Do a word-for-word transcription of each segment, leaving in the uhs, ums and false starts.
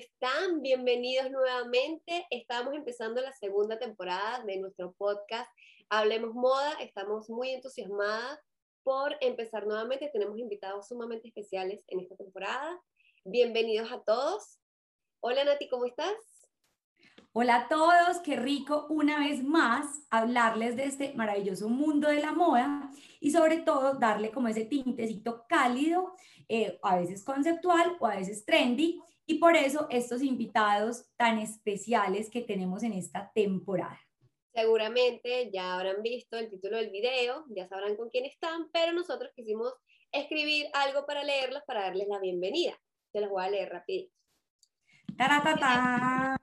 están? Bienvenidos nuevamente. Estamos empezando la segunda temporada de nuestro podcast Hablemos Moda. Estamos muy entusiasmadas por empezar nuevamente. Tenemos invitados sumamente especiales en esta temporada. Bienvenidos a todos. Hola Nati, ¿cómo estás? Hola a todos, qué rico una vez más hablarles de este maravilloso mundo de la moda y sobre todo darle como ese tintecito cálido, eh, a veces conceptual o a veces trendy, y por eso estos invitados tan especiales que tenemos en esta temporada. Seguramente ya habrán visto el título del video, ya sabrán con quién están, pero nosotros quisimos escribir algo para leerlos, para darles la bienvenida. Se los voy a leer rapidito. ¡Taratata!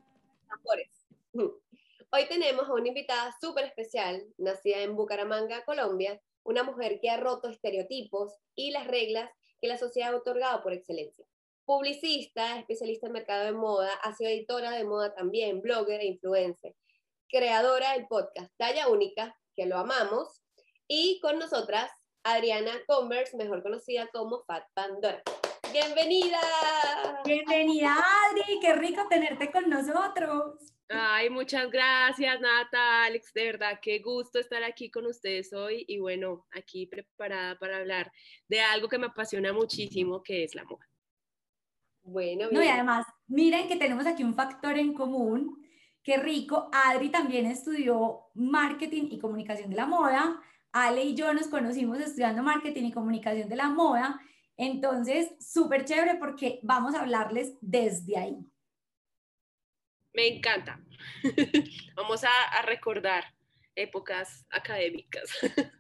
Hoy tenemos a una invitada súper especial, nacida en Bucaramanga, Colombia, una mujer que ha roto estereotipos y las reglas que la sociedad ha otorgado por excelencia. Publicista, especialista en mercado de moda, ha sido editora de moda también, blogger e influencer, creadora del podcast Talla Única, que lo amamos, y con nosotras, Adriana Converse, mejor conocida como Fat Pandora. ¡Bienvenida! Bienvenida, Adri, qué rico tenerte con nosotros. Ay, muchas gracias, Nata, Alex, de verdad, qué gusto estar aquí con ustedes hoy y bueno, aquí preparada para hablar de algo que me apasiona muchísimo, que es la moda. Bueno, No, y bien. además, miren que tenemos aquí un factor en común. Qué rico. Adri también estudió marketing y comunicación de la moda. Ale y yo nos conocimos estudiando marketing y comunicación de la moda. Entonces, súper chévere porque vamos a hablarles desde ahí. Me encanta. Vamos a, a recordar épocas académicas.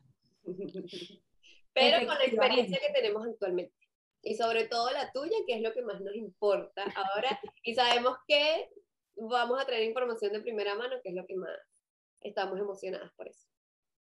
Pero con la experiencia que tenemos actualmente. Y sobre todo la tuya, que es lo que más nos importa ahora. Y sabemos que vamos a traer información de primera mano, que es lo que más estamos emocionadas por eso.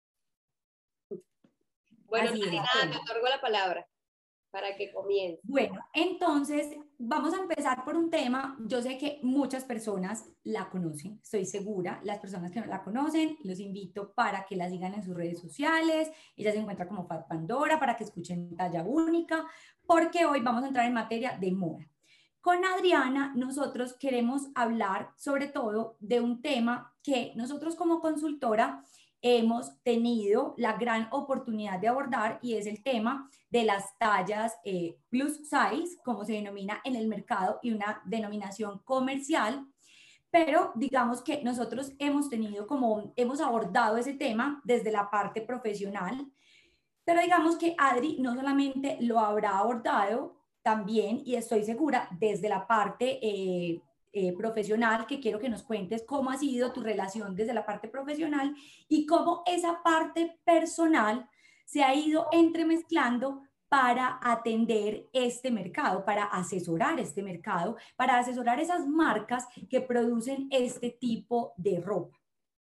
Bueno, Así es. nada, te otorgo la palabra para que comience. Bueno, entonces vamos a empezar por un tema. Yo sé que muchas personas la conocen, estoy segura. Las personas que no la conocen, los invito para que la sigan en sus redes sociales. Ella se encuentra como Fat Pandora, para que escuchen Talla Única, porque hoy vamos a entrar en materia de moda. Con Adriana, nosotros queremos hablar sobre todo de un tema que nosotros como consultora hemos tenido la gran oportunidad de abordar, y es el tema de las tallas eh, plus size, como se denomina en el mercado, y una denominación comercial. Pero digamos que nosotros hemos tenido como, hemos abordado ese tema desde la parte profesional, pero digamos que Adri no solamente lo habrá abordado también, y estoy segura, desde la parte eh, eh, profesional, que quiero que nos cuentes cómo ha sido tu relación desde la parte profesional y cómo esa parte personal se ha ido entremezclando para atender este mercado, para asesorar este mercado, para asesorar esas marcas que producen este tipo de ropa.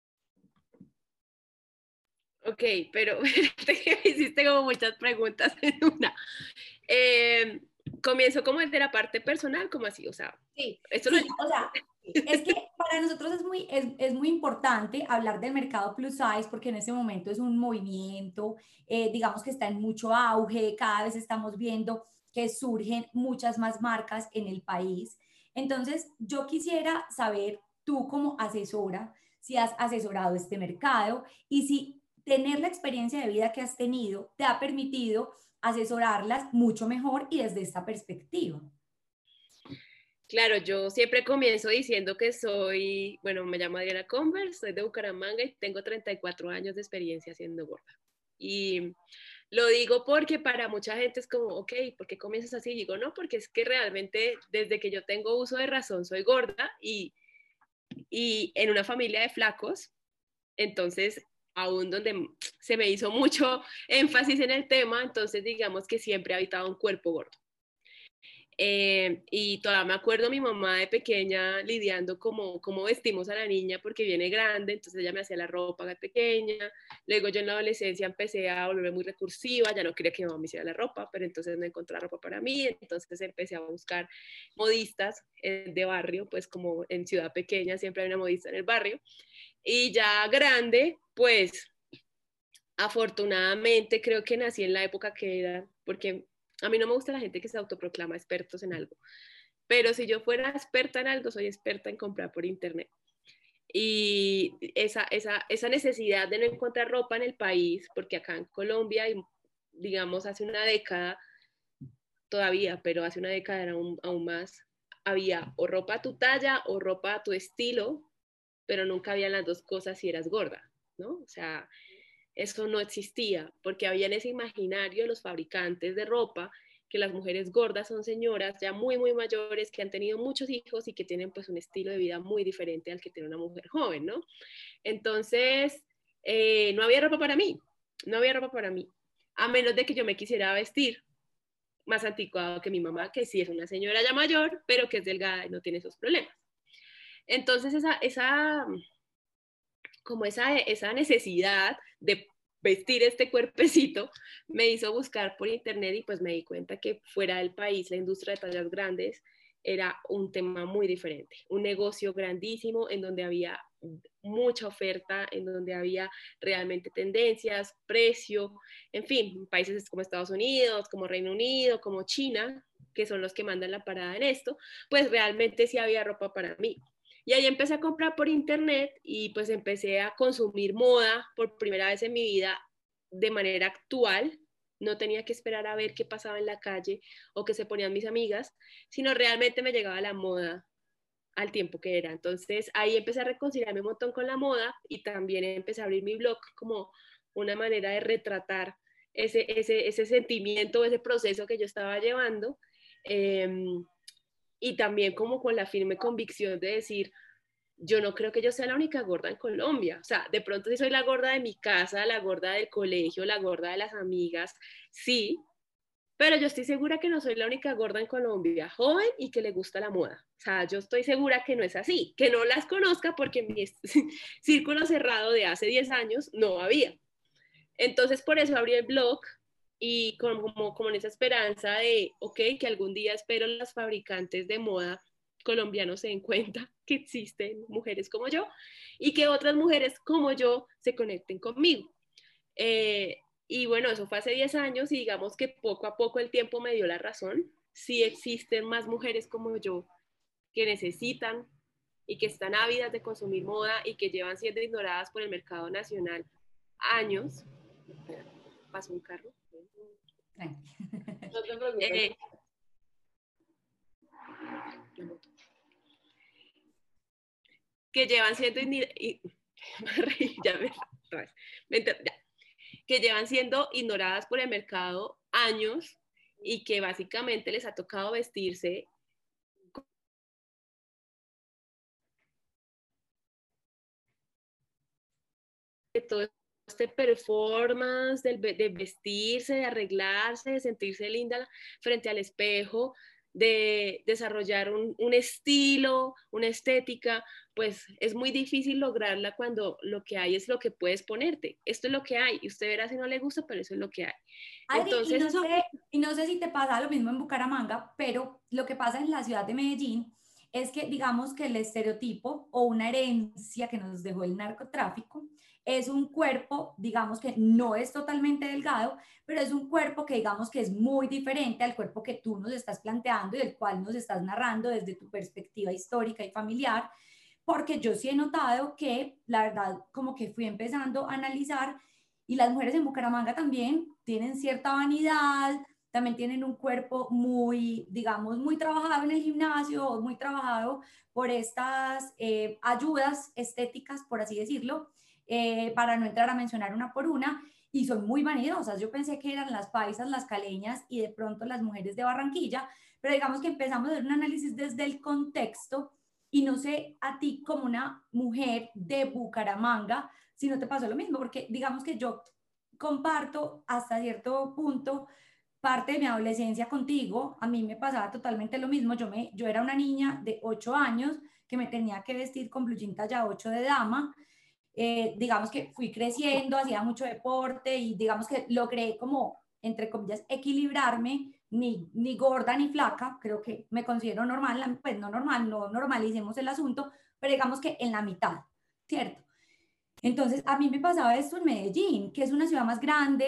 Ok, pero me hiciste como muchas preguntas en una. Eh, comienzo como desde la parte personal, como así, o sea, sí, esto sí, lo... o sea, es que para nosotros es muy, es, es muy importante hablar del mercado plus size, porque en este momento es un movimiento, eh, digamos que está en mucho auge, cada vez estamos viendo que surgen muchas más marcas en el país. Entonces, yo quisiera saber, tú como asesora, si has asesorado este mercado y si tener la experiencia de vida que has tenido te ha permitido asesorarlas mucho mejor y desde esta perspectiva. Claro, yo siempre comienzo diciendo que soy, bueno, me llamo Adriana Converse, soy de Bucaramanga y tengo treinta y cuatro años de experiencia siendo gorda. Y lo digo porque para mucha gente es como, ok, ¿por qué comienzas así? Y digo, no, porque es que realmente desde que yo tengo uso de razón soy gorda y, y en una familia de flacos, entonces aún donde se me hizo mucho énfasis en el tema, entonces digamos que siempre he habitado un cuerpo gordo. Eh, y todavía me acuerdo mi mamá de pequeña lidiando como cómo vestimos a la niña porque viene grande, entonces ella me hacía la ropa de pequeña. Luego yo en la adolescencia empecé a volverme muy recursiva, ya no quería que mi mamá me hiciera la ropa, pero entonces no encontré ropa para mí, entonces empecé a buscar modistas eh, de barrio, pues como en ciudad pequeña siempre hay una modista en el barrio. Y ya grande, pues afortunadamente creo que nací en la época que era, porque a mí no me gusta la gente que se autoproclama expertos en algo. pero si yo fuera experta en algo, soy experta en comprar por internet. Y esa, esa, esa necesidad de no encontrar ropa en el país, porque acá en Colombia, digamos, hace una década, todavía, pero hace una década era aún, aún más, había o ropa a tu talla o ropa a tu estilo, pero nunca habían las dos cosas si eras gorda, ¿no? O sea, eso no existía, porque había en ese imaginario de los fabricantes de ropa que las mujeres gordas son señoras ya muy, muy mayores que han tenido muchos hijos y que tienen pues un estilo de vida muy diferente al que tiene una mujer joven, ¿no? Entonces, eh, no había ropa para mí, no había ropa para mí, a menos de que yo me quisiera vestir más anticuado que mi mamá, que sí es una señora ya mayor, pero que es delgada y no tiene esos problemas. Entonces, esa, esa como esa, esa necesidad de vestir este cuerpecito me hizo buscar por internet y pues me di cuenta que fuera del país la industria de tallas grandes era un tema muy diferente, un negocio grandísimo en donde había mucha oferta, en donde había realmente tendencias, precio, en fin, países como Estados Unidos, como Reino Unido, como China, que son los que mandan la parada en esto, pues realmente sí había ropa para mí. Y ahí empecé a comprar por internet y pues empecé a consumir moda por primera vez en mi vida de manera actual. No tenía que esperar a ver qué pasaba en la calle o qué se ponían mis amigas, sino realmente me llegaba la moda al tiempo que era. Entonces ahí empecé a reconciliarme un montón con la moda y también empecé a abrir mi blog como una manera de retratar ese, ese, ese sentimiento, ese proceso que yo estaba llevando. Eh, y también como con la firme convicción de decir, yo no creo que yo sea la única gorda en Colombia. O sea, de pronto sí soy la gorda de mi casa, la gorda del colegio, la gorda de las amigas, sí, pero yo estoy segura que no soy la única gorda en Colombia, joven y que le gusta la moda. O sea, yo estoy segura que no es así, que no las conozca porque en mi círculo cerrado de hace diez años no había. Entonces, por eso abrí el blog y como, como en esa esperanza de, ok, que algún día espero las fabricantes de moda colombianos se den cuenta que existen mujeres como yo y que otras mujeres como yo se conecten conmigo. Eh, y bueno, eso fue hace diez años y digamos que poco a poco el tiempo me dio la razón. Sí existen más mujeres como yo que necesitan y que están ávidas de consumir moda y que llevan siendo ignoradas por el mercado nacional años. Pasó un carro. No te preocupes. Eh, que llevan siendo y, ya me, ya, que llevan siendo ignoradas por el mercado años y que básicamente les ha tocado vestirse de todo este performance del, de vestirse, de arreglarse, de sentirse linda frente al espejo, de desarrollar un, un estilo, una estética, pues es muy difícil lograrla cuando lo que hay es lo que puedes ponerte. Esto es lo que hay y usted verá si no le gusta, pero eso es lo que hay. Adri, Entonces, y no, eso... sé, y no sé si te pasa lo mismo en Bucaramanga, pero lo que pasa en la ciudad de Medellín es que digamos que el estereotipo o una herencia que nos dejó el narcotráfico es un cuerpo, digamos que no es totalmente delgado, pero es un cuerpo que digamos que es muy diferente al cuerpo que tú nos estás planteando y del cual nos estás narrando desde tu perspectiva histórica y familiar, porque yo sí he notado que la verdad como que fui empezando a analizar y las mujeres en Bucaramanga también tienen cierta vanidad, también tienen un cuerpo muy, digamos, muy trabajado en el gimnasio, muy trabajado por estas eh, ayudas estéticas, por así decirlo, eh, para no entrar a mencionar una por una, y son muy vanidosas. Yo pensé que eran las paisas, las caleñas y de pronto las mujeres de Barranquilla, pero digamos que empezamos a hacer un análisis desde el contexto y no sé a ti como una mujer de Bucaramanga, si no te pasó lo mismo, porque digamos que yo comparto hasta cierto punto parte de mi adolescencia contigo. A mí me pasaba totalmente lo mismo. Yo, me, yo era una niña de ocho años que me tenía que vestir con blue jean talla ocho de dama. Eh, digamos que fui creciendo, hacía mucho deporte y digamos que logré como, entre comillas, equilibrarme, ni, ni gorda ni flaca, creo que me considero normal, pues no normal, no normalicemos el asunto, pero digamos que en la mitad, ¿cierto? Entonces, a mí me pasaba esto en Medellín, que es una ciudad más grande,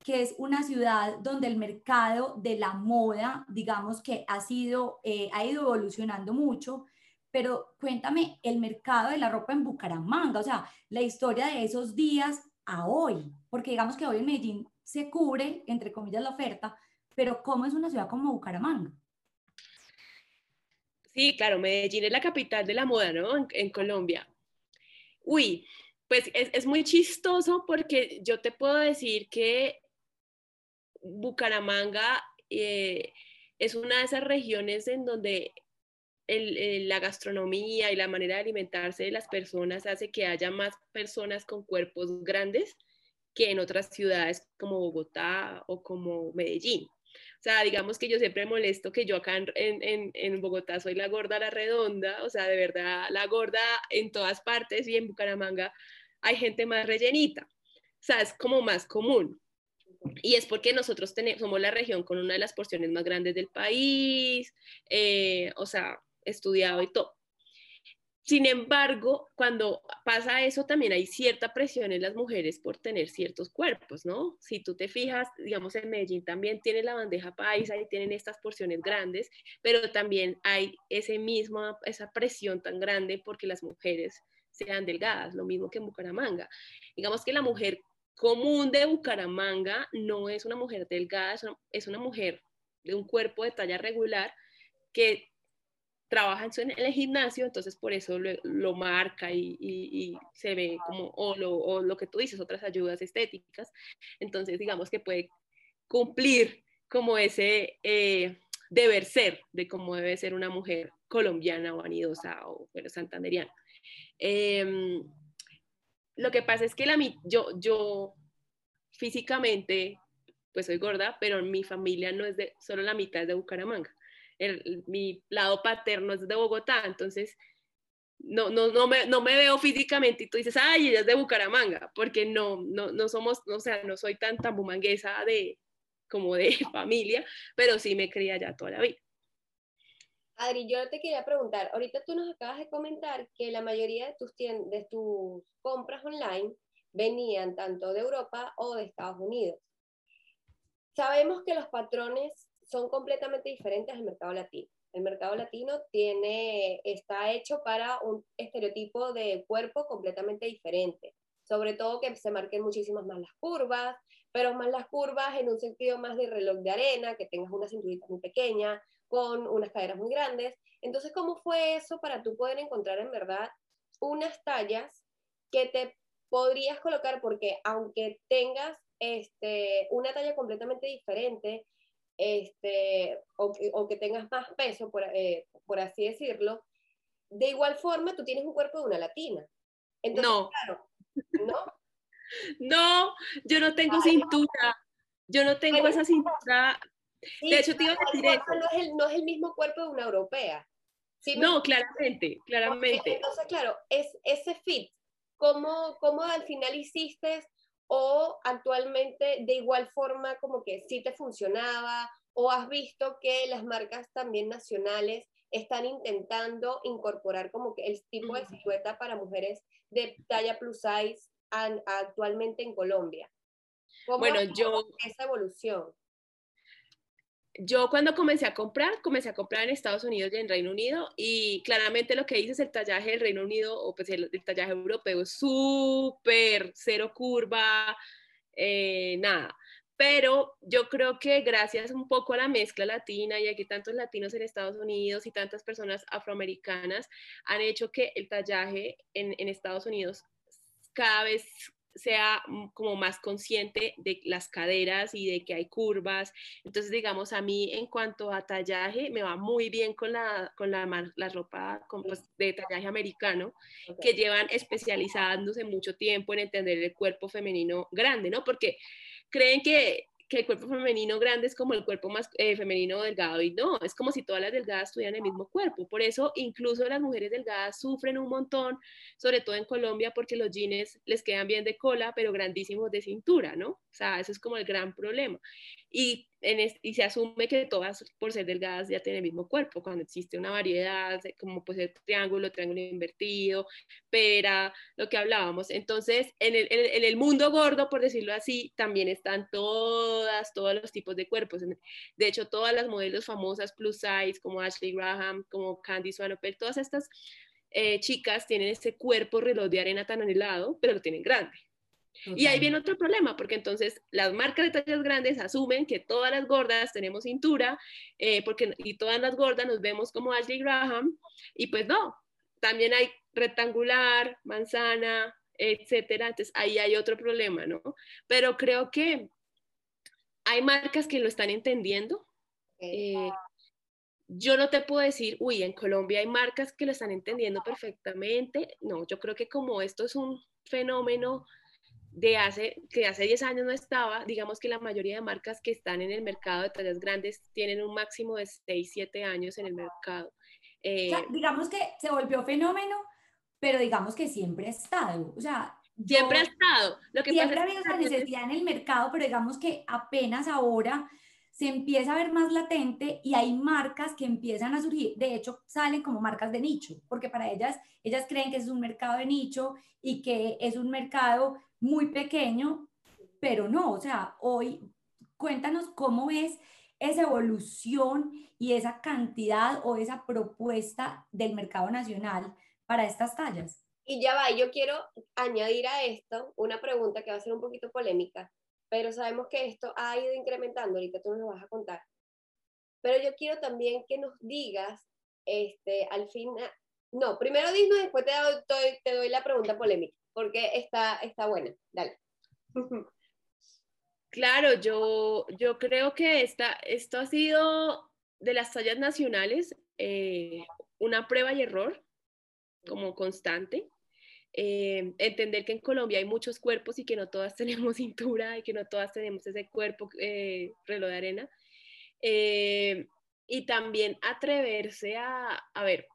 que es una ciudad donde el mercado de la moda, digamos que ha sido, eh, ha ido evolucionando mucho, pero cuéntame el mercado de la ropa en Bucaramanga, o sea, la historia de esos días a hoy, porque digamos que hoy en Medellín se cubre, entre comillas, la oferta, pero ¿cómo es una ciudad como Bucaramanga? Sí, claro, Medellín es la capital de la moda, ¿no? En, en Colombia. Uy, pues es, es muy chistoso porque yo te puedo decir que Bucaramanga eh, es una de esas regiones en donde el, el, la gastronomía y la manera de alimentarse de las personas hace que haya más personas con cuerpos grandes que en otras ciudades como Bogotá o como Medellín. O sea, digamos que yo siempre molesto que yo acá en, en, en Bogotá soy la gorda, la redonda, o sea, de verdad, la gorda en todas partes, y en Bucaramanga hay gente más rellenita. O sea, es como más común. Y es porque nosotros tenemos, somos la región con una de las porciones más grandes del país, eh, o sea, estudiado y todo. Sin embargo, cuando pasa eso, también hay cierta presión en las mujeres por tener ciertos cuerpos, ¿no? Si tú te fijas, digamos, en Medellín también tiene la bandeja paisa y tienen estas porciones grandes, pero también hay ese mismo, esa presión tan grande porque las mujeres sean delgadas, lo mismo que en Bucaramanga. Digamos que la mujer común de Bucaramanga no es una mujer delgada, es una, es una mujer de un cuerpo de talla regular que trabaja en, en el gimnasio, entonces por eso lo, lo marca y, y, y, se ve como, o lo, o lo que tú dices, otras ayudas estéticas, entonces digamos que puede cumplir como ese eh, deber ser de cómo debe ser una mujer colombiana o anidosa o bueno, santanderiana. Eh, lo que pasa es que la, yo, yo físicamente pues soy gorda, pero mi familia no es de, solo la mitad es de Bucaramanga. El, mi lado paterno es de Bogotá, entonces no, no, no, me, no me veo físicamente y tú dices, ay, ella es de Bucaramanga, porque no, no, no somos, o sea, no soy tan tan bumanguesa de, como de familia, pero sí me crié allá toda la vida. Adri, yo te quería preguntar, ahorita tú nos acabas de comentar que la mayoría de tus, tiendas, de tus compras online venían tanto de Europa o de Estados Unidos. Sabemos que los patrones son completamente diferentes al mercado latino. El mercado latino tiene, está hecho para un estereotipo de cuerpo completamente diferente. Sobre todo que se marquen muchísimas más las curvas, pero más las curvas en un sentido más de reloj de arena, que tengas una cinturita muy pequeña, con unas caderas muy grandes. Entonces, ¿cómo fue eso para tú poder encontrar en verdad unas tallas que te podrías colocar? Porque aunque tengas este, una talla completamente diferente, este, o, que, o que tengas más peso, por, eh, por así decirlo, de igual forma tú tienes un cuerpo de una latina. Entonces, no. claro, ¿no? No, yo no tengo Ay, cintura, yo no tengo bueno, esa cintura. De sí, hecho, te iba a decir forma eso. no, es el, no es el mismo cuerpo de una europea. ¿Sí me No, claramente, Porque, claramente. entonces, claro, es ese fit, ¿cómo, cómo al final hiciste o actualmente de igual forma como que sí te funcionaba o has visto que las marcas también nacionales están intentando incorporar como que el tipo de silueta para mujeres de talla plus size an, actualmente en Colombia? ¿Cómo Bueno, ha yo, sido esa evolución? yo cuando comencé a comprar, comencé a comprar en Estados Unidos y en Reino Unido, y claramente lo que dices, el tallaje del Reino Unido o pues el, el tallaje europeo es súper cero curva, eh, nada. Pero yo creo que gracias un poco a la mezcla latina y aquí tantos latinos en Estados Unidos y tantas personas afroamericanas han hecho que el tallaje en, en Estados Unidos cada vez sea como más consciente de las caderas y de que hay curvas. Entonces, digamos, a mí en cuanto a tallaje, me va muy bien con la, con la, la ropa con, pues, de tallaje americano, Okay. que llevan especializándose mucho tiempo en entender el cuerpo femenino grande, ¿no? Porque creen que, que el cuerpo femenino grande es como el cuerpo más eh, femenino delgado, y no, es como si todas las delgadas tuvieran el mismo cuerpo. Por eso incluso las mujeres delgadas sufren un montón, sobre todo en Colombia, porque los jeans les quedan bien de cola, pero grandísimos de cintura, ¿no? O sea, eso es como el gran problema. Y en es, y se asume que todas por ser delgadas ya tienen el mismo cuerpo, cuando existe una variedad, como puede ser triángulo, triángulo invertido, pera, lo que hablábamos. Entonces, en el, en, en el mundo gordo, por decirlo así, también están todas, todos los tipos de cuerpos. De hecho, todas las modelos famosas plus size, como Ashley Graham, como Candice Swanepoel, todas estas eh, chicas tienen ese cuerpo reloj de arena tan anhelado, pero lo tienen grande. Total. Y ahí viene otro problema, porque entonces las marcas de tallas grandes asumen que todas las gordas tenemos cintura, eh, porque, y todas las gordas nos vemos como Ashley Graham, y pues no, también hay rectangular, manzana, etcétera. Entonces ahí hay otro problema, ¿no? Pero creo que hay marcas que lo están entendiendo. Eh, yo no te puedo decir, uy, en Colombia hay marcas que lo están entendiendo perfectamente. No, yo creo que como esto es un fenómeno de hace, que hace diez años no estaba, digamos que la mayoría de marcas que están en el mercado de tallas grandes tienen un máximo de seis, siete años en el mercado. Eh, o sea, digamos que se volvió fenómeno, pero digamos que siempre ha estado. O sea, yo, siempre ha estado. Lo que siempre pasa ha habido esa necesidad en el mercado, pero digamos que apenas ahora se empieza a ver más latente y hay marcas que empiezan a surgir. De hecho, salen como marcas de nicho, porque para ellas, ellas creen que es un mercado de nicho y que es un mercado muy pequeño, pero no, o sea, hoy cuéntanos cómo es esa evolución y esa cantidad o esa propuesta del mercado nacional para estas tallas. Y ya va, yo quiero añadir a esto una pregunta que va a ser un poquito polémica, pero sabemos que esto ha ido incrementando, ahorita tú nos lo vas a contar. Pero yo quiero también que nos digas, este, al final, no, primero dinos, después te doy, te doy la pregunta polémica, porque está, está buena, dale. Claro, yo, yo creo que esta, esto ha sido de las tallas nacionales eh, una prueba y error como constante. Eh, entender que en Colombia hay muchos cuerpos y que no todas tenemos cintura y que no todas tenemos ese cuerpo eh, reloj de arena. Eh, y también atreverse a, a ver,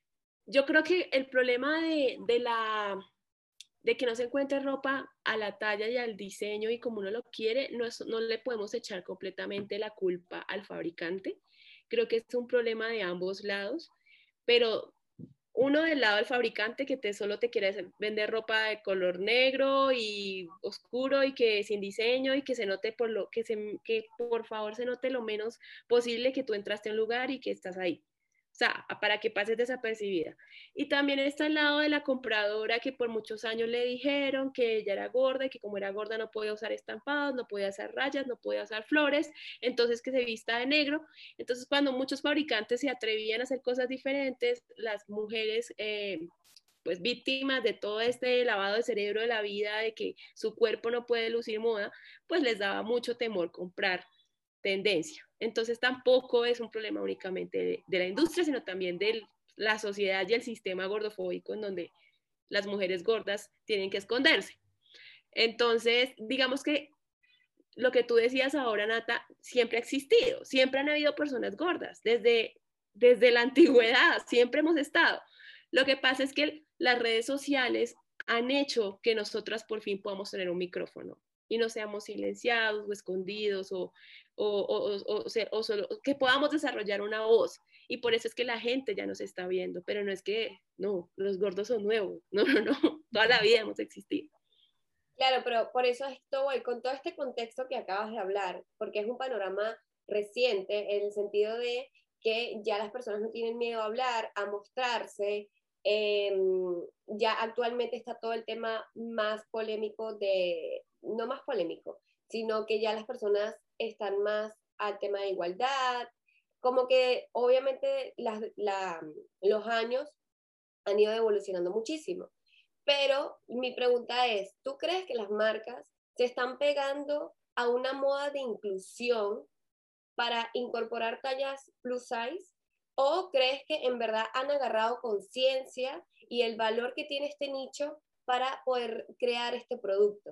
yo creo que el problema de, de la de que no se encuentre ropa a la talla y al diseño y como uno lo quiere, no, es, no le podemos echar completamente la culpa al fabricante. Creo que es un problema de ambos lados, pero uno del lado del fabricante que te, solo te quiere vender ropa de color negro y oscuro y que sin diseño y que se note por lo que, se, que por favor se note lo menos posible que tú entraste a un lugar y que estás ahí. O sea, para que pases desapercibida. Y también está al lado de la compradora que por muchos años le dijeron que ella era gorda y que como era gorda no podía usar estampados, no podía hacer rayas, no podía usar flores, entonces que se vista de negro. Entonces cuando muchos fabricantes se atrevían a hacer cosas diferentes, las mujeres... Eh, pues víctimas de todo este lavado de cerebro de la vida, de que su cuerpo no puede lucir moda, pues les daba mucho temor comprar tendencia. Entonces tampoco es un problema únicamente de, de la industria, sino también de la sociedad y el sistema gordofóbico en donde las mujeres gordas tienen que esconderse. Entonces, digamos que lo que tú decías ahora, Nata, siempre ha existido, siempre han habido personas gordas, desde, desde la antigüedad, siempre hemos estado. Lo que pasa es que las redes sociales han hecho que nosotras por fin podamos tener un micrófono y no seamos silenciados o escondidos o, o, o, o, o, ser, o solo, que podamos desarrollar una voz. Y por eso es que la gente ya nos está viendo, pero no es que, no, los gordos son nuevos, no, no, no, toda la vida hemos existido. Claro, pero por eso esto voy, con todo este contexto que acabas de hablar, porque es un panorama reciente en el sentido de que ya las personas no tienen miedo a hablar, a mostrarse. Eh, ya actualmente está todo el tema más polémico de, no más polémico, sino que ya las personas están más al tema de igualdad, como que obviamente las, la, los años han ido evolucionando muchísimo. Pero mi pregunta es, ¿tú crees que las marcas se están pegando a una moda de inclusión para incorporar tallas plus size? ¿O crees que en verdad han agarrado conciencia y el valor que tiene este nicho para poder crear este producto?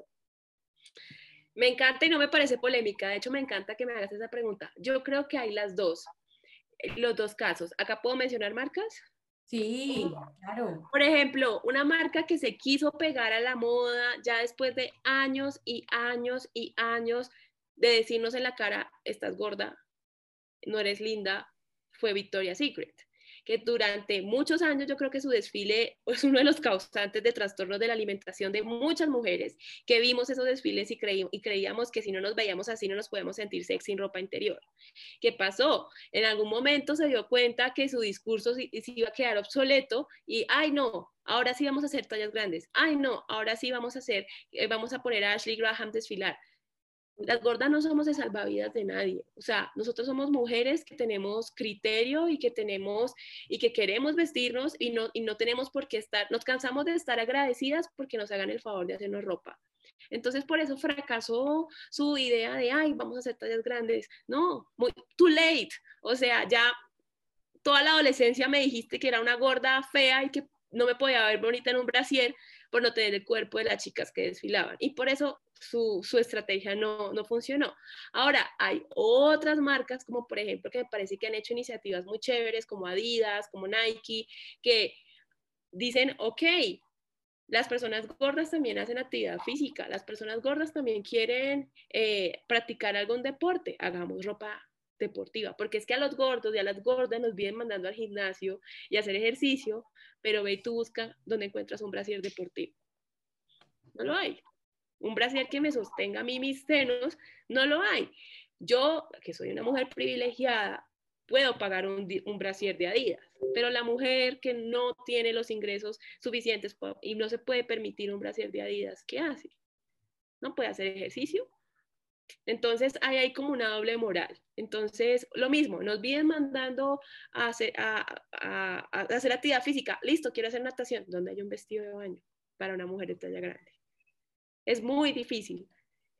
Me encanta y no me parece polémica, de hecho me encanta que me hagas esa pregunta. Yo creo que hay las dos, los dos casos. ¿Acá puedo mencionar marcas? Sí, claro. Por ejemplo, una marca que se quiso pegar a la moda ya después de años y años y años de decirnos en la cara, estás gorda, no eres linda, fue Victoria's Secret, que durante muchos años yo creo que su desfile es uno de los causantes de trastornos de la alimentación de muchas mujeres que vimos esos desfiles y, creí, y creíamos que si no nos veíamos así no nos podemos sentir sexy sin ropa interior. ¿Qué pasó? En algún momento se dio cuenta que su discurso se, se iba a quedar obsoleto y, ay no, ahora sí vamos a hacer tallas grandes, ay no, ahora sí vamos a hacer, eh, vamos a poner a Ashley Graham desfilar. Las gordas no somos de salvavidas de nadie, o sea, nosotros somos mujeres que tenemos criterio y que tenemos y que queremos vestirnos y no, y no tenemos por qué estar, nos cansamos de estar agradecidas porque nos hagan el favor de hacernos ropa. Entonces por eso fracasó su idea de, ay, vamos a hacer tallas grandes. No, muy, too late, o sea, ya toda la adolescencia me dijiste que era una gorda fea y que no me podía ver bonita en un brasier por no tener el cuerpo de las chicas que desfilaban. Y por eso su, su estrategia no, no funcionó. Ahora, hay otras marcas, como por ejemplo, que me parece que han hecho iniciativas muy chéveres, como Adidas, como Nike, que dicen, ok, las personas gordas también hacen actividad física, las personas gordas también quieren eh, practicar algún deporte, hagamos ropa deportiva, porque es que a los gordos y a las gordas nos vienen mandando al gimnasio y a hacer ejercicio, pero ve y tú busca donde encuentras un brasier deportivo. No lo hay. Un brasier que me sostenga a mí mis senos, no lo hay. Yo, que soy una mujer privilegiada, puedo pagar un, un brasier de Adidas, pero la mujer que no tiene los ingresos suficientes y no se puede permitir un brasier de Adidas, ¿qué hace? No puede hacer ejercicio. Entonces hay ahí como una doble moral. Entonces, lo mismo, nos vienen mandando a hacer, a, a, a hacer actividad física. Listo, quiero hacer natación. ¿Dónde hay un vestido de baño para una mujer de talla grande? Es muy difícil.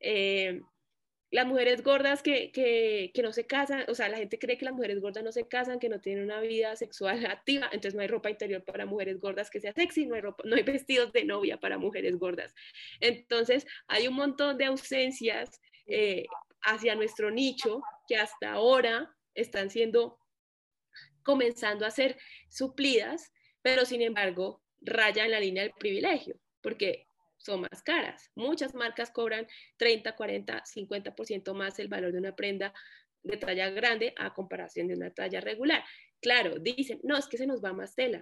Eh, las mujeres gordas que, que, que no se casan, o sea, la gente cree que las mujeres gordas no se casan, que no tienen una vida sexual activa, entonces no hay ropa interior para mujeres gordas que sea sexy, no hay, ropa, no hay vestidos de novia para mujeres gordas. Entonces, hay un montón de ausencias eh, hacia nuestro nicho que hasta ahora están siendo, comenzando a ser suplidas, pero sin embargo, raya en la línea del privilegio, porque son más caras. Muchas marcas cobran treinta, cuarenta, cincuenta por ciento más el valor de una prenda de talla grande a comparación de una talla regular. Claro, dicen, no, es que se nos va más tela.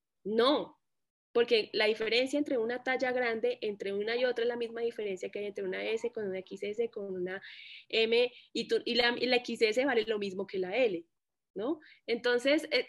No, porque la diferencia entre una talla grande, entre una y otra, es la misma diferencia que hay entre una S con una equis ese, con una M, y, tu, y, la, y la equis ese vale lo mismo que la L, ¿no? Entonces, eh,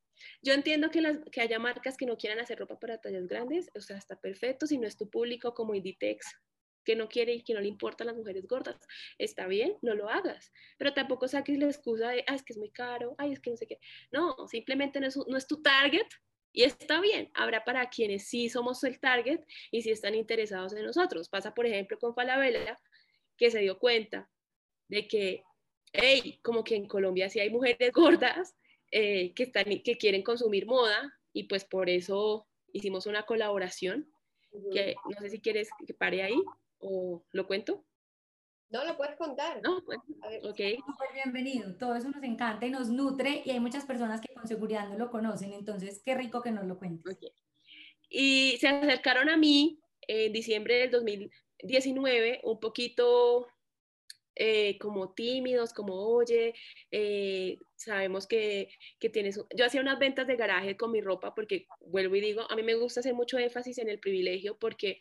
yo entiendo que, las, que haya marcas que no quieran hacer ropa para tallas grandes, o sea, está perfecto, si no es tu público como Inditex, que no quiere y que no le importa a las mujeres gordas, está bien, no lo hagas, pero tampoco saques la excusa de, ah, es que es muy caro, ay, es que no sé qué, no, simplemente no es, no es tu target y está bien, habrá para quienes sí somos el target y sí están interesados en nosotros. Pasa, por ejemplo, con Falabella, que se dio cuenta de que, hey, como que en Colombia sí hay mujeres gordas, Eh, que, están, que quieren consumir moda y pues por eso hicimos una colaboración uh-huh. que no sé si quieres que pare ahí o lo cuento. No, lo puedes contar. No, pues, ok. Súper bienvenido, todo eso nos encanta y nos nutre y hay muchas personas que con seguridad no lo conocen, entonces qué rico que nos lo cuentes. Okay. Y se acercaron a mí en diciembre del dos mil diecinueve un poquito Eh, como tímidos, como oye, eh, sabemos que, que tienes, yo hacía unas ventas de garaje con mi ropa porque, vuelvo y digo, a mí me gusta hacer mucho énfasis en el privilegio porque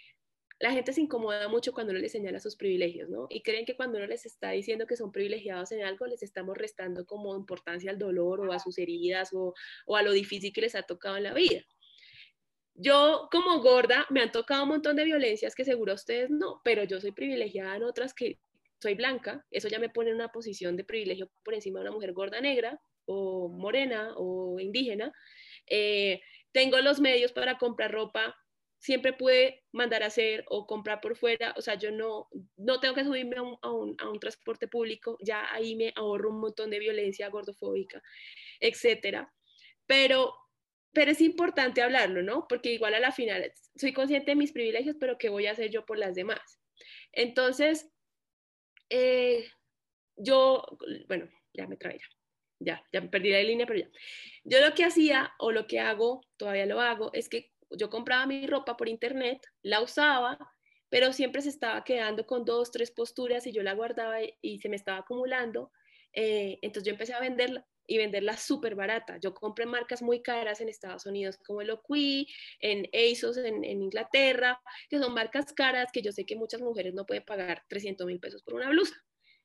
la gente se incomoda mucho cuando uno les señala sus privilegios, ¿no? Y creen que cuando uno les está diciendo que son privilegiados en algo, les estamos restando como importancia al dolor o a sus heridas o, o a lo difícil que les ha tocado en la vida. Yo como gorda me han tocado un montón de violencias que seguro a ustedes no, pero yo soy privilegiada en otras que soy blanca, eso ya me pone en una posición de privilegio por encima de una mujer gorda negra o morena o indígena. Eh, tengo los medios para comprar ropa, siempre pude mandar a hacer o comprar por fuera, o sea, yo no, no tengo que subirme a un, a, un, a un transporte público, ya ahí me ahorro un montón de violencia gordofóbica, etcétera. Pero, pero es importante hablarlo, ¿no? Porque igual a la final soy consciente de mis privilegios, pero ¿qué voy a hacer yo por las demás? Entonces, Eh, yo, bueno, ya me trabé, ya, ya, ya me perdí la línea, pero ya. Yo lo que hacía, o lo que hago, todavía lo hago, es que yo compraba mi ropa por internet, la usaba, pero siempre se estaba quedando con dos, tres posturas y yo la guardaba y, y se me estaba acumulando. Eh, entonces yo empecé a venderla y venderla súper barata. Yo compré marcas muy caras en Estados Unidos como el Oqui, en ASOS en, en Inglaterra, que son marcas caras que yo sé que muchas mujeres no pueden pagar trescientos mil pesos por una blusa.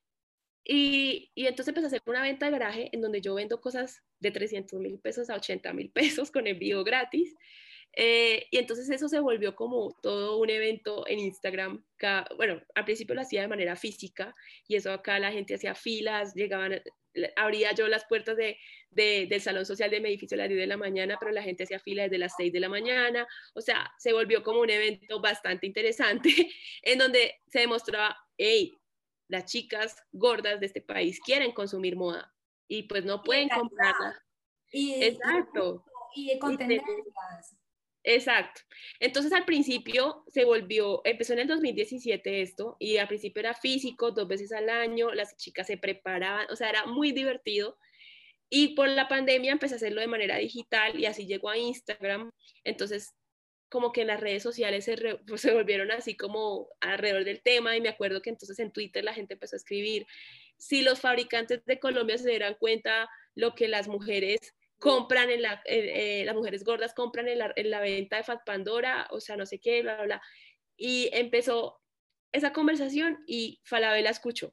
Y, y entonces empecé a hacer una venta de garaje en donde yo vendo cosas de trescientos mil pesos a ochenta mil pesos con envío gratis. Eh, y entonces eso se volvió como todo un evento en Instagram. Cada, bueno, al principio lo hacía de manera física y eso acá la gente hacía filas, llegaban, abría yo las puertas de, de, del salón social de mi edificio a las diez de la mañana, pero la gente hacía fila desde las seis de la mañana. O sea, se volvió como un evento bastante interesante en donde se demostraba, hey, las chicas gordas de este país quieren consumir moda y pues no pueden comprarla. Y, Exacto. Y, y con y tendencias. Exacto. Entonces al principio se volvió, empezó en el dos mil diecisiete esto, y al principio era físico, dos veces al año, las chicas se preparaban, o sea, era muy divertido. Y por la pandemia empecé a hacerlo de manera digital y así llegó a Instagram. Entonces, como que en las redes sociales se, re, pues, se volvieron así como alrededor del tema, y me acuerdo que entonces en Twitter la gente empezó a escribir, si los fabricantes de Colombia se dieran cuenta lo que las mujeres compran en la, eh, eh, las mujeres gordas compran en la, en la venta de Fat Pandora, o sea, no sé qué, bla, bla, bla. Y empezó esa conversación y Falabella escuchó.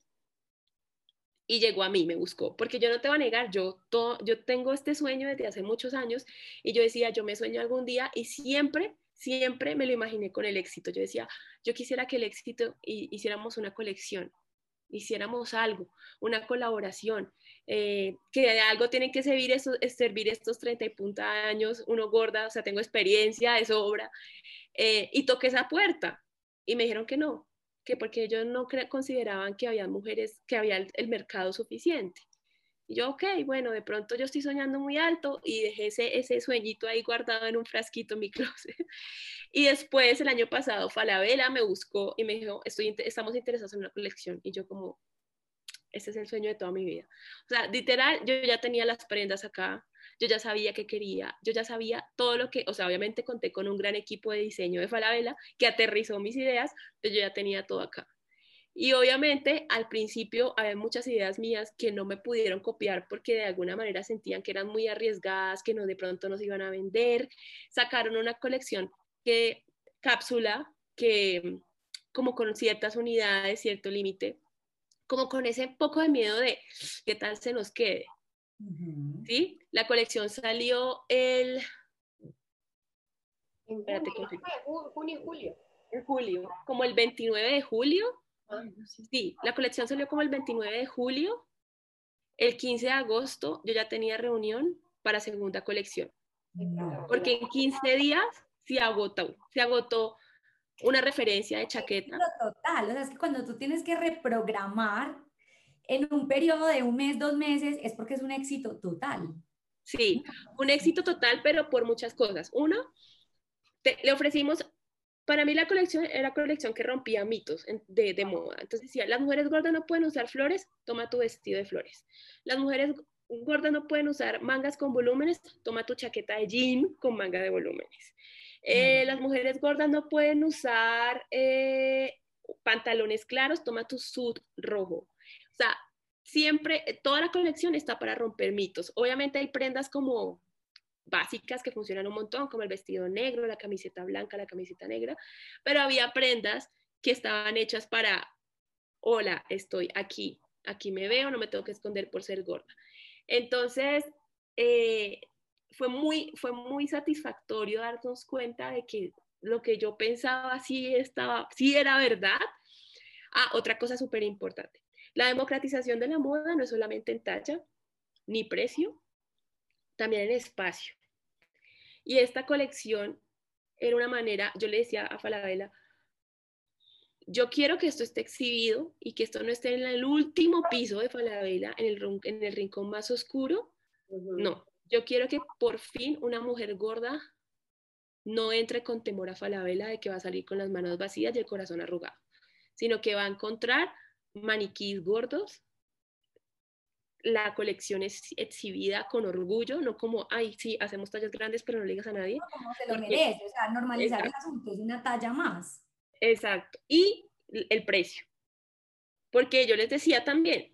Y llegó a mí, me buscó, porque yo no te voy a negar, yo, todo, yo tengo este sueño desde hace muchos años y yo decía, yo me sueño algún día y siempre, siempre me lo imaginé con el éxito. Yo decía, yo quisiera que el éxito hiciéramos una colección, hiciéramos algo, una colaboración, eh, que de algo tienen que servir, eso, servir estos treinta y punta años, uno gorda, o sea, tengo experiencia de sobra, eh, y toqué esa puerta y me dijeron que no, que porque ellos no consideraban que había mujeres, que había el, el mercado suficiente. Y yo, ok, bueno, de pronto yo estoy soñando muy alto y dejé ese, ese sueñito ahí guardado en un frasquito en mi closet. Y después, el año pasado, Falabella me buscó y me dijo, estoy, estamos interesados en una colección. Y yo como, ese es el sueño de toda mi vida. O sea, literal, yo ya tenía las prendas acá, yo ya sabía qué quería, yo ya sabía todo lo que, o sea, obviamente conté con un gran equipo de diseño de Falabella que aterrizó mis ideas, pero yo ya tenía todo acá. Y obviamente al principio había muchas ideas mías que no me pudieron copiar porque de alguna manera sentían que eran muy arriesgadas, que no de pronto nos iban a vender. Sacaron una colección que cápsula que como con ciertas unidades, cierto límite, como con ese poco de miedo de qué tal se nos quede. Uh-huh. ¿Sí? La colección salió el... En Espérate, junio, junio, julio. En julio, como el veintinueve de julio. Ah, sí, la colección salió como el veintinueve de julio. El quince de agosto yo ya tenía reunión para segunda colección. No. Porque en quince días se agotó, se agotó una referencia de chaqueta. Total, o sea, es que cuando tú tienes que reprogramar en un periodo de un mes, dos meses, es porque es un éxito total. Sí, un éxito total, pero por muchas cosas. Uno, te, le ofrecimos, para mí la colección era la colección que rompía mitos de, de moda. Entonces decía, las mujeres gordas no pueden usar flores, toma tu vestido de flores. Las mujeres gordas no pueden usar mangas con volúmenes, toma tu chaqueta de jean con manga de volúmenes. Eh, mm. Las mujeres gordas no pueden usar eh, pantalones claros, toma tu suit rojo. O sea, siempre, toda la colección está para romper mitos. Obviamente hay prendas como básicas que funcionan un montón, como el vestido negro, la camiseta blanca, la camiseta negra, pero había prendas que estaban hechas para, hola, estoy aquí, aquí me veo, no me tengo que esconder por ser gorda. Entonces, eh, fue, muy, fue muy satisfactorio darnos cuenta de que lo que yo pensaba sí, estaba, sí era verdad. Ah, otra cosa súper importante. La democratización de la moda no es solamente en talla ni precio, también en espacio. Y esta colección era una manera, yo le decía a Falabella, yo quiero que esto esté exhibido y que esto no esté en el último piso de Falabella, en el, en el rincón más oscuro. Uh-huh. No, yo quiero que por fin una mujer gorda no entre con temor a Falabella de que va a salir con las manos vacías y el corazón arrugado, sino que va a encontrar maniquís gordos, la colección es exhibida con orgullo, no como, ay, sí, hacemos tallas grandes, pero no le digas a nadie. No, como se lo merece, o sea, normalizar Exacto. el asunto, es una talla más. Exacto. Y el precio. Porque yo les decía también,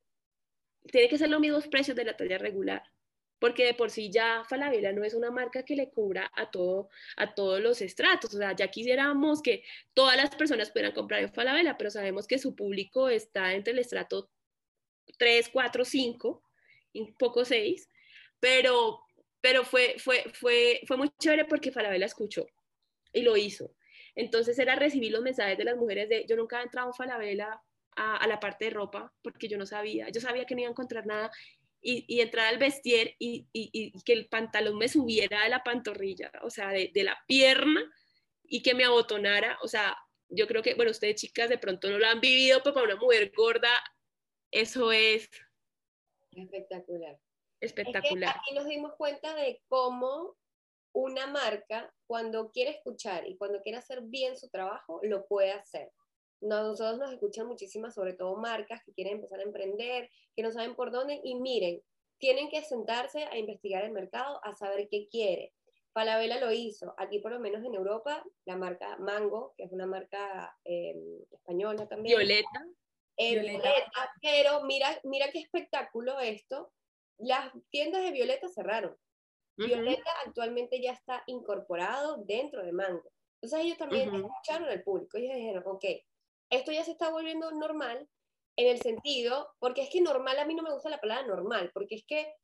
tiene que ser los mismos precios de la talla regular. Porque de por sí ya Falabella no es una marca que le cubra a, todo, a todos los estratos. O sea, ya quisiéramos que todas las personas pudieran comprar en Falabella, pero sabemos que su público está entre el estrato tres, cuatro, cinco, un poco seis, pero, pero fue, fue, fue, fue muy chévere porque Falabella escuchó y lo hizo. Entonces era recibir los mensajes de las mujeres de, yo nunca he entrado en Falabella a, a la parte de ropa porque yo no sabía, yo sabía que no iba a encontrar nada y, y entrar al vestier y, y, y, que el pantalón me subiera de la pantorrilla, o sea, de, de la pierna y que me abotonara, o sea, yo creo que, bueno, ustedes chicas de pronto no lo han vivido, pero para una mujer gorda eso es espectacular. espectacular. Es que aquí nos dimos cuenta de cómo una marca, cuando quiere escuchar y cuando quiere hacer bien su trabajo, lo puede hacer. Nosotros nos escuchan muchísimas, sobre todo marcas que quieren empezar a emprender, que no saben por dónde, y miren, tienen que sentarse a investigar el mercado, a saber qué quiere. Falabella lo hizo. Aquí, por lo menos en Europa, la marca Mango, que es una marca eh, española también. Violeta. Eh, Violeta. Violeta, pero mira, mira qué espectáculo esto. Las tiendas de Violeta cerraron. Uh-huh. Violeta actualmente ya está incorporado dentro de Mango. Entonces ellos también uh-huh. escucharon al público. Ellos dijeron, ok, esto ya se está volviendo normal en el sentido, porque es que normal, a mí no me gusta la palabra normal, porque es que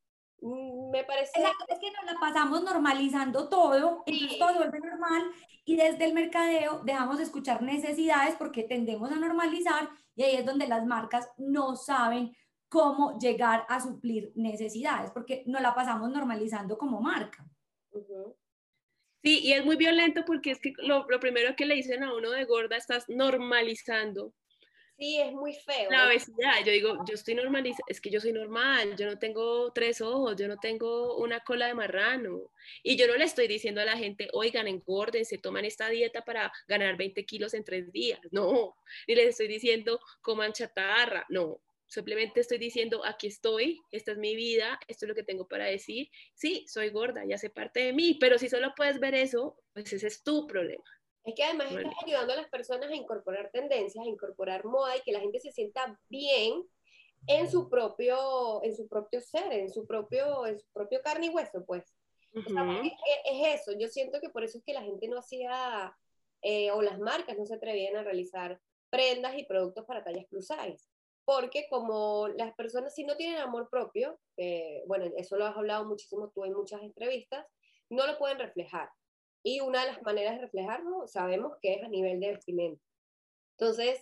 me parece... Exacto, es que nos la pasamos normalizando todo, sí. Entonces todo se vuelve normal y desde el mercadeo dejamos de escuchar necesidades porque tendemos a normalizar y ahí es donde las marcas no saben cómo llegar a suplir necesidades, porque nos la pasamos normalizando como marca. Uh-huh. Sí, y es muy violento porque es que lo, lo primero que le dicen a uno de gorda, estás normalizando. Sí, es muy feo. La obesidad, yo digo, yo estoy normalizada, es que yo soy normal, yo no tengo tres ojos, yo no tengo una cola de marrano. Y yo no le estoy diciendo a la gente, oigan, engorden, se toman esta dieta para ganar veinte kilos en tres días. No, ni les estoy diciendo, coman chatarra, no. Simplemente estoy diciendo, aquí estoy, esta es mi vida, esto es lo que tengo para decir. Sí, soy gorda, ya hace parte de mí, pero si solo puedes ver eso, pues ese es tu problema. Es que además bueno. estás ayudando a las personas a incorporar tendencias, a incorporar moda y que la gente se sienta bien en su propio, en su propio ser, en su propio, en su propio carne y hueso, pues. Uh-huh. O sea, es, es eso. Yo siento que por eso es que la gente no hacía, eh, o las marcas no se atrevían a realizar prendas y productos para tallas plus size. Porque como las personas, si no tienen amor propio, eh, bueno, eso lo has hablado muchísimo tú en muchas entrevistas, no lo pueden reflejar. Y una de las maneras de reflejarlo sabemos que es a nivel de vestimenta. Entonces,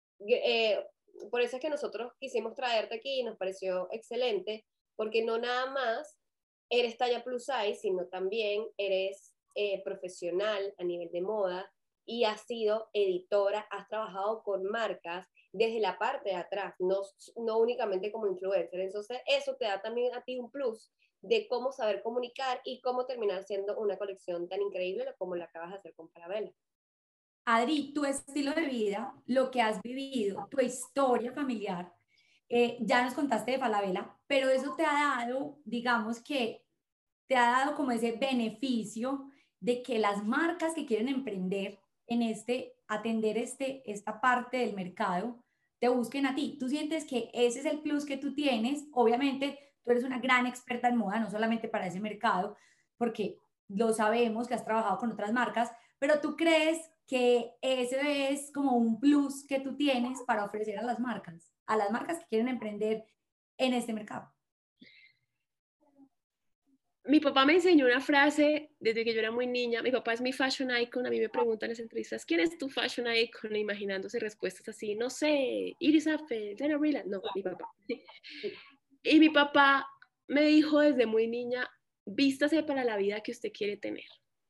eh, por eso es que nosotros quisimos traerte aquí y nos pareció excelente, porque no nada más eres talla plus size, sino también eres eh, profesional a nivel de moda y has sido editora, has trabajado con marcas desde la parte de atrás, no, no únicamente como influencer. Entonces, eso te da también a ti un plus de cómo saber comunicar y cómo terminar siendo una colección tan increíble como la acabas de hacer con Falabella. Adri, tu estilo de vida, lo que has vivido, tu historia familiar, eh, ya nos contaste de Falabella, pero eso te ha dado, digamos que te ha dado como ese beneficio de que las marcas que quieren emprender en este, atender este, esta parte del mercado, te busquen a ti. Tú sientes que ese es el plus que tú tienes. Obviamente, tú eres una gran experta en moda, no solamente para ese mercado, porque lo sabemos que has trabajado con otras marcas, pero tú crees que ese es como un plus que tú tienes para ofrecer a las marcas, a las marcas que quieren emprender en este mercado. Mi papá me enseñó una frase desde que yo era muy niña. Mi papá es mi fashion icon. A mí me preguntan en las entrevistas, ¿quién es tu fashion icon? Imaginándose respuestas así, no sé, Iris Apfel, Diana Vreeland. No, mi papá. Y mi papá me dijo desde muy niña, vístase para la vida que usted quiere tener.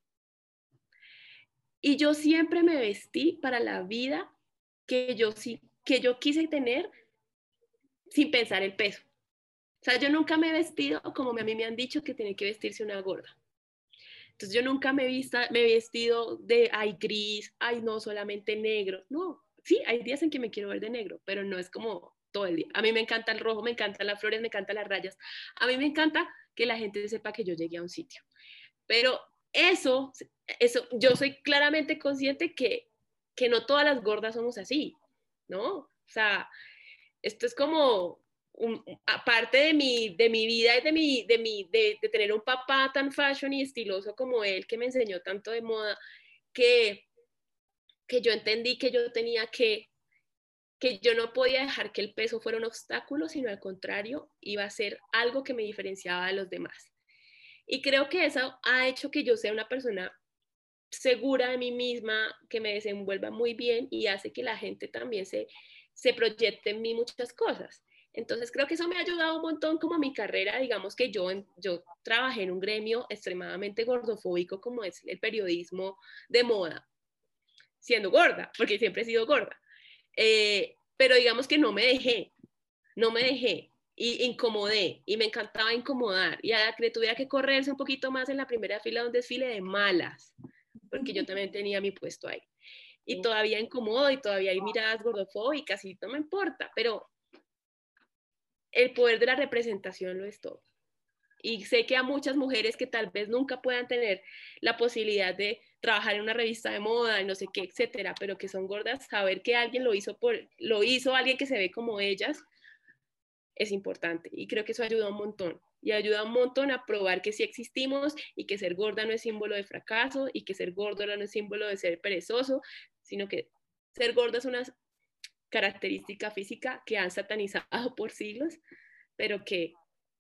Y yo siempre me vestí para la vida que yo, que yo quise tener sin pensar el peso. O sea, yo nunca me he vestido como a mí me han dicho que tiene que vestirse una gorda. Entonces yo nunca me, vista, me he vestido de, ay, gris, ay, no, solamente negro. No, sí, hay días en que me quiero ver de negro, pero no es como todo el día. A mí me encanta el rojo, me encantan las flores, me encantan las rayas. A mí me encanta que la gente sepa que yo llegué a un sitio. Pero eso, eso yo soy claramente consciente que que no todas las gordas somos así, ¿no? O sea, esto es como, un, aparte de mi, de mi vida y de, mi, de, mi, de, de tener un papá tan fashion y estiloso como él, que me enseñó tanto de moda, que, que yo entendí que yo tenía que, que yo no podía dejar que el peso fuera un obstáculo, sino al contrario, iba a ser algo que me diferenciaba de los demás. Y creo que eso ha hecho que yo sea una persona segura de mí misma, que me desenvuelva muy bien y hace que la gente también se, se proyecte en mí muchas cosas. Entonces creo que eso me ha ayudado un montón como mi carrera, digamos que yo, yo trabajé en un gremio extremadamente gordofóbico como es el periodismo de moda, siendo gorda, porque siempre he sido gorda. Eh, pero digamos que no me dejé, no me dejé y incomodé y me encantaba incomodar y a la que tuviera que correrse un poquito más en la primera fila de un desfile de malas, porque yo también tenía mi puesto ahí. Y todavía incomodo y todavía hay miradas gordofóbicas y no me importa, pero el poder de la representación lo es todo. Y sé que a muchas mujeres que tal vez nunca puedan tener la posibilidad de trabajar en una revista de moda y no sé qué, etcétera, pero que son gordas, saber que alguien lo hizo por, lo hizo alguien que se ve como ellas, es importante. Y creo que eso ayuda un montón. Y ayuda un montón a probar que sí existimos y que ser gorda no es símbolo de fracaso y que ser gordo no es símbolo de ser perezoso, sino que ser gorda es una característica física que han satanizado por siglos, pero que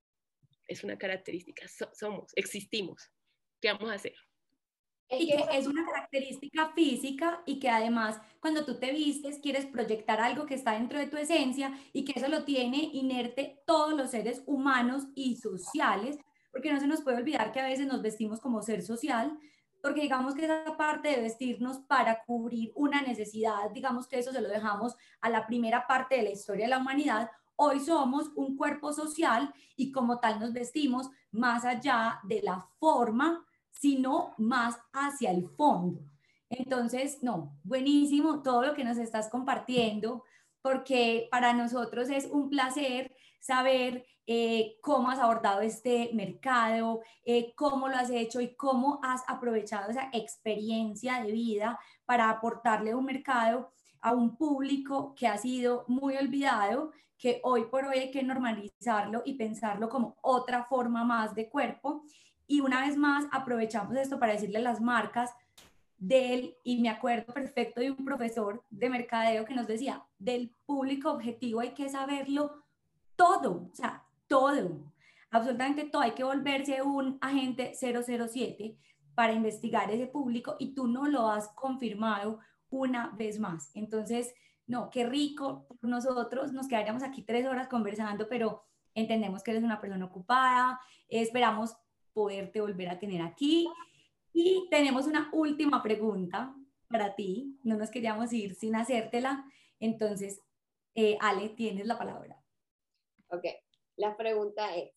es una característica, so, somos, existimos. ¿Qué vamos a hacer? Y que es una característica física y que además cuando tú te vistes quieres proyectar algo que está dentro de tu esencia y que eso lo tiene inerte todos los seres humanos y sociales, porque no se nos puede olvidar que a veces nos vestimos como ser social, porque digamos que esa parte de vestirnos para cubrir una necesidad, digamos que eso se lo dejamos a la primera parte de la historia de la humanidad. Hoy somos un cuerpo social y como tal nos vestimos más allá de la forma, sino más hacia el fondo. Entonces, no, buenísimo todo lo que nos estás compartiendo, porque para nosotros es un placer saber eh, cómo has abordado este mercado, eh, cómo lo has hecho y cómo has aprovechado esa experiencia de vida para aportarle un mercado a un público que ha sido muy olvidado, que hoy por hoy hay que normalizarlo y pensarlo como otra forma más de cuerpo. Y una vez más aprovechamos esto para decirle a las marcas del, y me acuerdo perfecto de un profesor de mercadeo que nos decía, del público objetivo hay que saberlo todo, o sea, todo, absolutamente todo, hay que volverse un agente cero cero siete para investigar ese público y tú no lo has confirmado una vez más. Entonces, no, qué rico, nosotros nos quedaríamos aquí tres horas conversando, pero entendemos que eres una persona ocupada, esperamos poderte volver a tener aquí. Y tenemos una última pregunta para ti, no nos queríamos ir sin hacértela, entonces, eh, Ale, tienes la palabra. Ok, la pregunta es,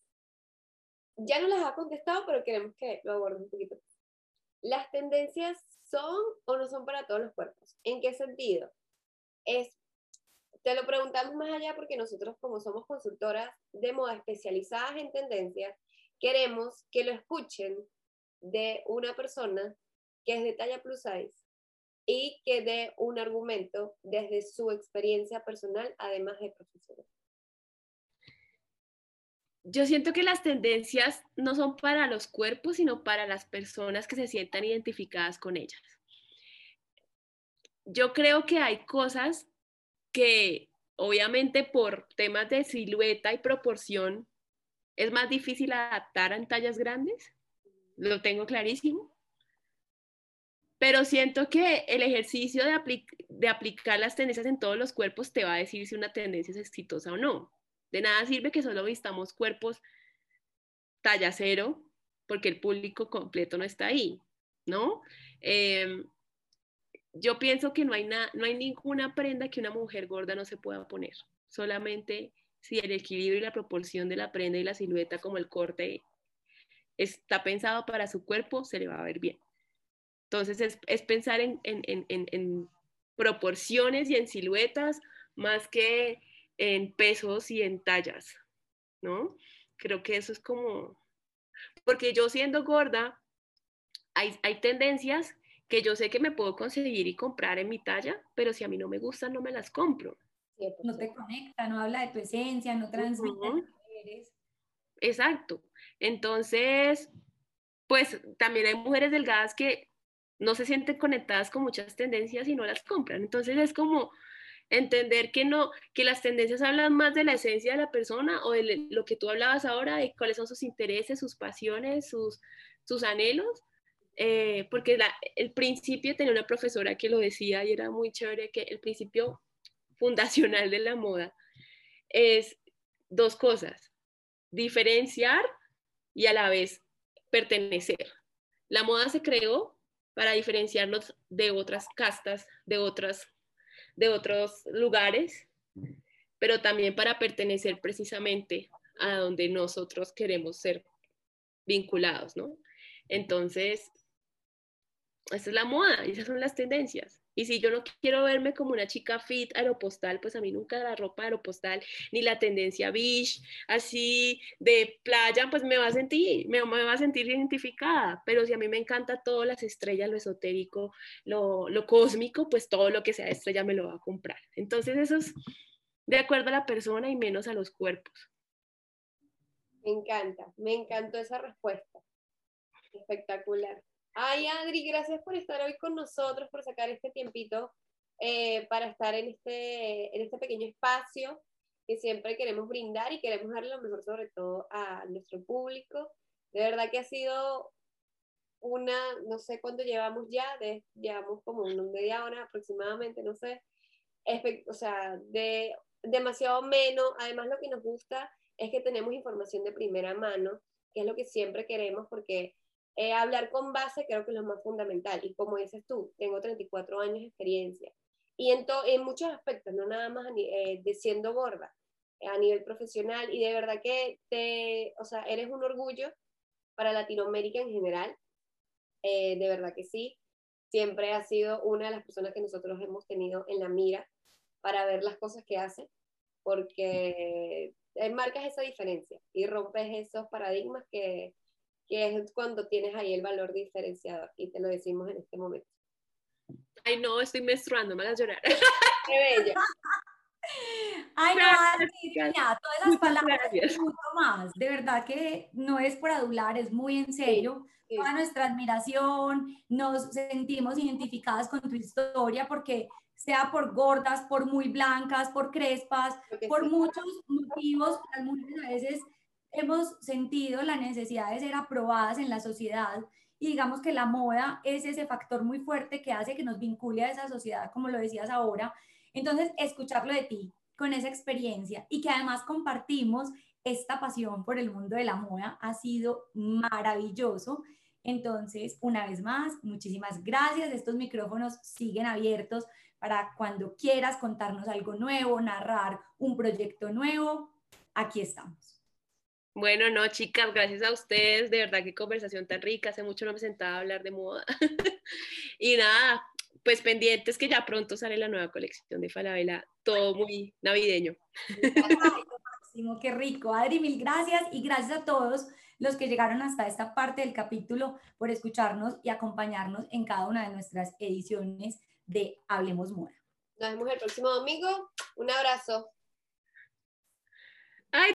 ya no las ha contestado, pero queremos que lo aborde un poquito. ¿Las tendencias son o no son para todos los cuerpos? ¿En qué sentido? Es, te lo preguntamos más allá porque nosotros, como somos consultoras de moda especializadas en tendencias, queremos que lo escuchen de una persona que es de talla plus size y que dé un argumento desde su experiencia personal, además de profesional. Yo siento que las tendencias no son para los cuerpos, sino para las personas que se sientan identificadas con ellas. Yo creo que hay cosas que obviamente por temas de silueta y proporción es más difícil adaptar en tallas grandes, lo tengo clarísimo, pero siento que el ejercicio de, apli- de aplicar las tendencias en todos los cuerpos te va a decir si una tendencia es exitosa o no. De nada sirve que solo vistamos cuerpos talla cero, porque el público completo no está ahí, ¿no? Eh, yo pienso que no hay, na, no hay ninguna prenda que una mujer gorda no se pueda poner, solamente si el equilibrio y la proporción de la prenda y la silueta, como el corte, está pensado para su cuerpo, se le va a ver bien. Entonces es, es pensar en, en, en, en proporciones y en siluetas más que en pesos y en tallas, ¿no? Creo que eso es como, porque yo siendo gorda, hay, hay tendencias que yo sé que me puedo conseguir y comprar en mi talla, pero si a mí no me gustan, no me las compro. No te conecta, no habla de tu esencia, no transmite Uh-huh. lo que eres. Exacto. Entonces, pues también hay mujeres delgadas que no se sienten conectadas con muchas tendencias y no las compran. Entonces es como entender que no, que las tendencias hablan más de la esencia de la persona o de lo que tú hablabas ahora, de cuáles son sus intereses, sus pasiones, sus, sus anhelos. Eh, porque la, el principio, tenía una profesora que lo decía y era muy chévere, que el principio fundacional de la moda es dos cosas: diferenciar y a la vez pertenecer. La moda se creó para diferenciarnos de otras castas, de, otras, de otros lugares, pero también para pertenecer precisamente a donde nosotros queremos ser vinculados, ¿no? Entonces, esa es la moda y esas son las tendencias. Y si yo no quiero verme como una chica fit aeropostal, pues a mí nunca la ropa aeropostal ni la tendencia beach, así de playa, pues me va a sentir, me, me va a sentir identificada. Pero si a mí me encanta todo, las estrellas, lo esotérico, lo, lo cósmico, pues todo lo que sea estrella me lo va a comprar. Entonces eso es de acuerdo a la persona y menos a los cuerpos. Me encanta, me encantó esa respuesta. Espectacular. Ay, Adri, gracias por estar hoy con nosotros, por sacar este tiempito eh, para estar en este, en este pequeño espacio que siempre queremos brindar y queremos darle lo mejor sobre todo a nuestro público. De verdad que ha sido una, no sé cuánto llevamos ya, de, llevamos como una media hora aproximadamente, no sé, o sea, de demasiado menos. Además, lo que nos gusta es que tenemos información de primera mano, que es lo que siempre queremos, porque eh, hablar con base creo que es lo más fundamental. Y como dices tú, tengo treinta y cuatro años de experiencia. Y en, to, en muchos aspectos, no nada más eh, de siendo gorda, eh, a nivel profesional. Y de verdad que te, o sea, eres un orgullo para Latinoamérica en general. Eh, de verdad que sí. Siempre has sido una de las personas que nosotros hemos tenido en la mira para ver las cosas que hace, porque marcas esa diferencia y rompes esos paradigmas que, que es cuando tienes ahí el valor diferenciador, y te lo decimos en este momento. Ay, no, estoy menstruando, me hagas llorar. ¡Qué bella! Ay, no, Adri, divina, todas esas Muchas palabras gracias. y mucho más. De verdad que no es por adular, es muy en serio. Sí, sí. Toda nuestra admiración, nos sentimos identificadas con tu historia porque sea por gordas, por muy blancas, por crespas, por Sí. muchos motivos, las mujeres a veces hemos sentido la necesidad de ser aprobadas en la sociedad, y digamos que la moda es ese factor muy fuerte que hace que nos vincule a esa sociedad, como lo decías ahora. Entonces, escucharlo de ti, con esa experiencia, y que además compartimos esta pasión por el mundo de la moda, ha sido maravilloso. Entonces, una vez más, muchísimas gracias. Estos micrófonos siguen abiertos para cuando quieras contarnos algo nuevo, narrar un proyecto nuevo. Aquí estamos. Bueno, no, chicas, gracias a ustedes, de verdad qué conversación tan rica, hace mucho no me sentaba a hablar de moda. Y nada, pues pendientes que ya pronto sale la nueva colección de Falabella, todo muy navideño. Ay, lo máximo, qué rico. Adri, mil gracias, y gracias a todos los que llegaron hasta esta parte del capítulo por escucharnos y acompañarnos en cada una de nuestras ediciones de Hablemos Moda. Nos vemos el próximo domingo. Un abrazo. Ay,